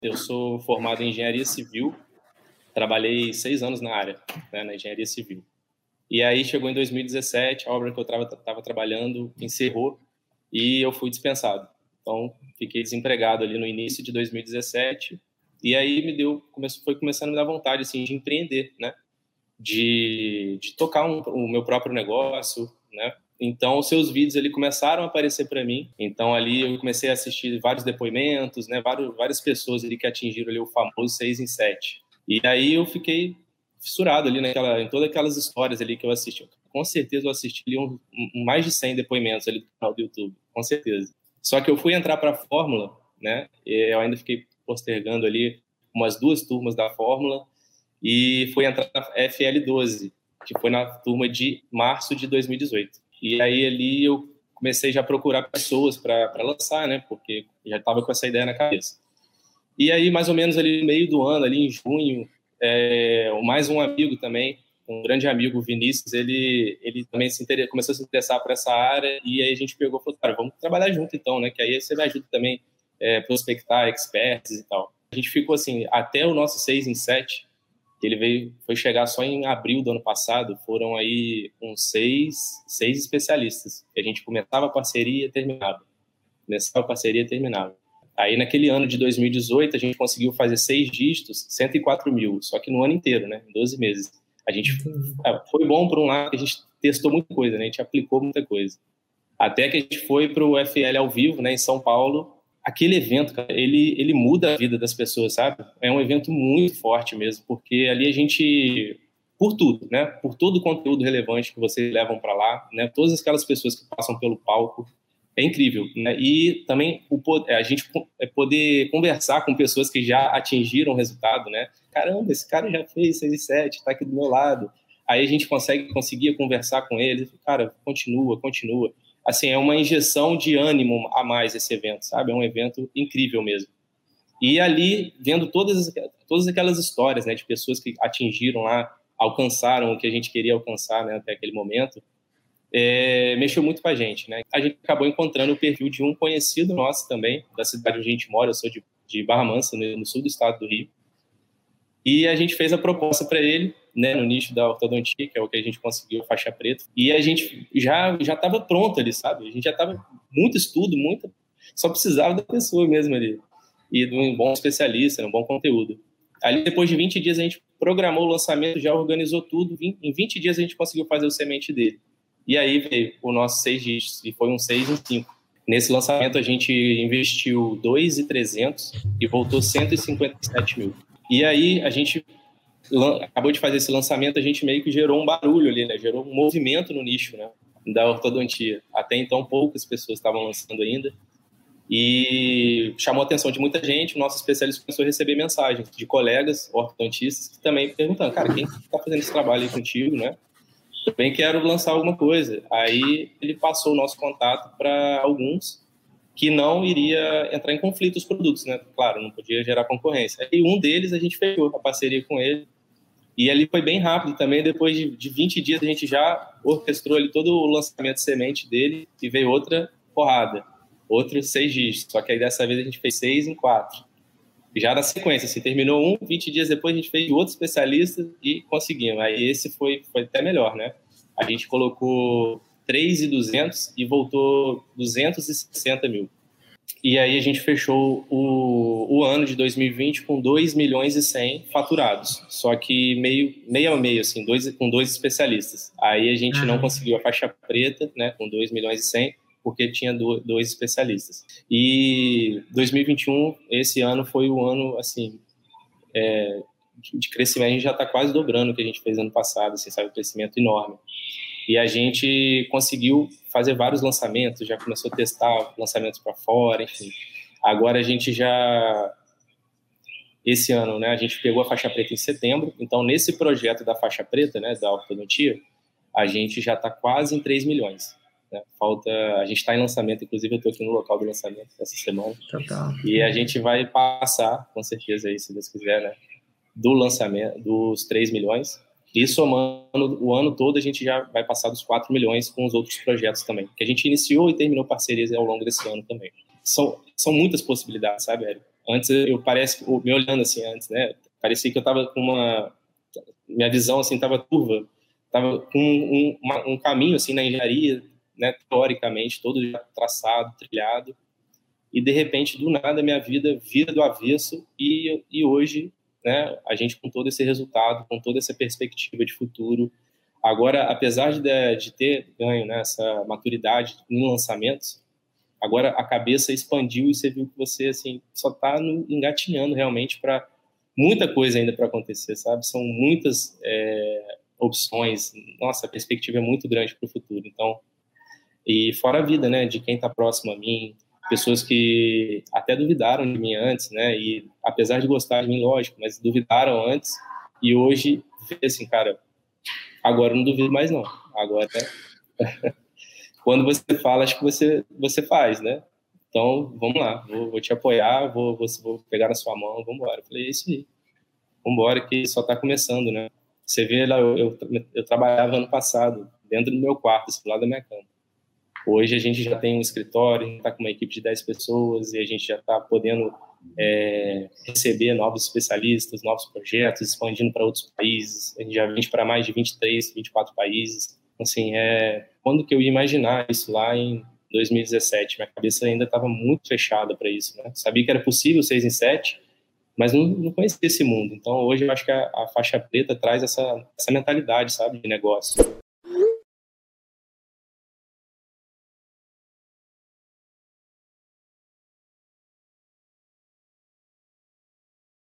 Eu sou formado em engenharia civil, trabalhei 6 anos na área, né, na engenharia civil. E aí chegou em 2017, a obra que eu estava trabalhando encerrou e eu fui dispensado. Então, fiquei desempregado ali no início de 2017 e aí foi começando a me dar vontade assim, de empreender, né? De tocar o meu próprio negócio, né? Então, os seus vídeos ali começaram a aparecer para mim. Então, ali eu comecei a assistir vários depoimentos, né? Várias pessoas ali que atingiram ali o famoso 6 em 7. E aí eu fiquei fissurado ali em todas aquelas histórias ali que eu assisti. Com certeza eu assisti ali mais de 100 depoimentos ali do canal do YouTube, com certeza. Só que eu fui entrar para a Fórmula, né? Eu ainda fiquei postergando ali umas 2 turmas da Fórmula e fui entrar na FL12, que foi na turma de março de 2018. E aí ali eu comecei já a procurar pessoas para lançar, né? Porque já estava com essa ideia na cabeça. E aí, mais ou menos ali no meio do ano, ali em junho, mais um amigo também, um grande amigo, o Vinícius, ele também começou a se interessar por essa área e aí a gente pegou e falou, cara, vamos trabalhar junto então, né? Que aí você me ajuda também prospectar experts e tal. A gente ficou assim, até o nosso 6 em 7, que ele foi chegar só em abril do ano passado, foram aí uns seis especialistas. A gente começava a parceria e terminava. Começava a parceria e terminava. Aí, naquele ano de 2018, a gente conseguiu fazer 6 dígitos, 104 mil, só que no ano inteiro, né? Em 12 meses. A gente foi bom por um lado, que a gente testou muita coisa, né? A gente aplicou muita coisa. Até que a gente foi para o FL ao vivo, né? Em São Paulo. Aquele evento, cara, ele muda a vida das pessoas, sabe? É um evento muito forte mesmo, porque ali a gente, por tudo, né? Por todo o conteúdo relevante que vocês levam para lá, né? Todas aquelas pessoas que passam pelo palco, é incrível, né? E também a gente poder conversar com pessoas que já atingiram o resultado, né? Caramba, esse cara já fez 6 e 7, está aqui do meu lado. Aí a gente conseguia conversar com ele, cara, continua. Assim, é uma injeção de ânimo a mais esse evento, sabe? É um evento incrível mesmo. E ali, vendo todas aquelas histórias, né, de pessoas que atingiram lá, alcançaram o que a gente queria alcançar, né, até aquele momento, mexeu muito com a gente, né? A gente acabou encontrando o perfil de um conhecido nosso também, da cidade onde a gente mora. Eu sou de Barra Mansa, no sul do estado do Rio. E a gente fez a proposta para ele, né, no nicho da ortodontia, que é o que a gente conseguiu, faixa preta. E a gente já estava pronto ali, sabe? A gente já estava muito estudo, só precisava da pessoa mesmo ali. E de um bom especialista, um bom conteúdo. Ali, depois de 20 dias, a gente programou o lançamento, já organizou tudo. Em 20 dias, a gente conseguiu fazer o semente dele. E aí veio o nosso 6 dígitos, e foi um 6 em 5. Nesse lançamento, a gente investiu 2.300 e voltou 157 mil. E aí, a gente acabou de fazer esse lançamento, a gente meio que gerou um barulho ali, né? Gerou um movimento no nicho, né, da ortodontia. Até então, poucas pessoas estavam lançando ainda. E chamou a atenção de muita gente. O nosso especialista começou a receber mensagens de colegas ortodontistas que também perguntando, cara, quem está fazendo esse trabalho aí contigo, né? Também quero lançar alguma coisa. Aí ele passou o nosso contato para alguns que não iria entrar em conflito os produtos, né? Claro, não podia gerar concorrência. E um deles a gente fechou a parceria com ele. E ali foi bem rápido também. Depois de 20 dias a gente já orquestrou ali todo o lançamento de semente dele e veio outra porrada. Outros 6 dígitos. Só que aí dessa vez a gente fez 6 em 4. Já na sequência, assim, terminou 20 dias depois a gente fez outro especialista e conseguimos. Aí esse foi até melhor, né? A gente colocou 3.200 e voltou 260 mil. E aí a gente fechou o ano de 2020 com 2 milhões e 100 faturados. Só que meio a meio, assim, com 2 especialistas. Aí a gente não conseguiu a faixa preta, né, com 2 milhões e 100, porque tinha 2 especialistas. E 2021, esse ano, foi o ano, assim, de crescimento. A gente já está quase dobrando o que a gente fez ano passado, assim, sabe, um crescimento enorme. E a gente conseguiu fazer vários lançamentos, já começou a testar lançamentos para fora, enfim. Agora a gente já... Esse ano, né, a gente pegou a faixa preta em setembro, então nesse projeto da faixa preta, né, da ortodontia, a gente já está quase em 3 milhões. Né? A gente está em lançamento, inclusive eu estou aqui no local do lançamento essa semana. Total. E a gente vai passar, com certeza, aí, se Deus quiser, né, do lançamento, dos 3 milhões. E somando o ano todo, a gente já vai passar dos 4 milhões com os outros projetos também, que a gente iniciou e terminou parcerias ao longo desse ano também. São muitas possibilidades, sabe, Érico? Antes eu parece, me olhando assim antes, né? Parecia que eu tava com minha visão assim tava turva, tava com um caminho assim na engenharia, né? Teoricamente todo já traçado, trilhado, e de repente do nada minha vida vira do avesso e hoje, né? A gente com todo esse resultado, com toda essa perspectiva de futuro, agora apesar de ter ganho, né, essa maturidade em lançamentos, agora a cabeça expandiu e você viu que você assim só está engatinhando realmente para muita coisa ainda para acontecer, sabe? São muitas opções. Nossa, a perspectiva é muito grande para o futuro. Então, e fora a vida, né? De quem está próximo a mim, pessoas que até duvidaram de mim antes, né? E apesar de gostar de mim, lógico, mas duvidaram antes e hoje vê assim, cara, agora eu não duvido mais não. Agora quando você fala, acho que você faz, né? Então, vamos lá, vou te apoiar, vou pegar na sua mão, vamos embora. Eu falei, é isso aí, vamos embora, que só está começando, né? Você vê lá, eu trabalhava ano passado, dentro do meu quarto, assim, do lado da minha cama. Hoje a gente já tem um escritório, a gente está com uma equipe de 10 pessoas e a gente já está podendo receber novos especialistas, novos projetos, expandindo para outros países. A gente já vende para mais de 23, 24 países. Assim, quando que eu ia imaginar isso lá em 2017? Minha cabeça ainda estava muito fechada para isso, né? Sabia que era possível 6 em 7, mas não conhecia esse mundo. Então, hoje eu acho que a faixa preta traz essa mentalidade, sabe, de negócio.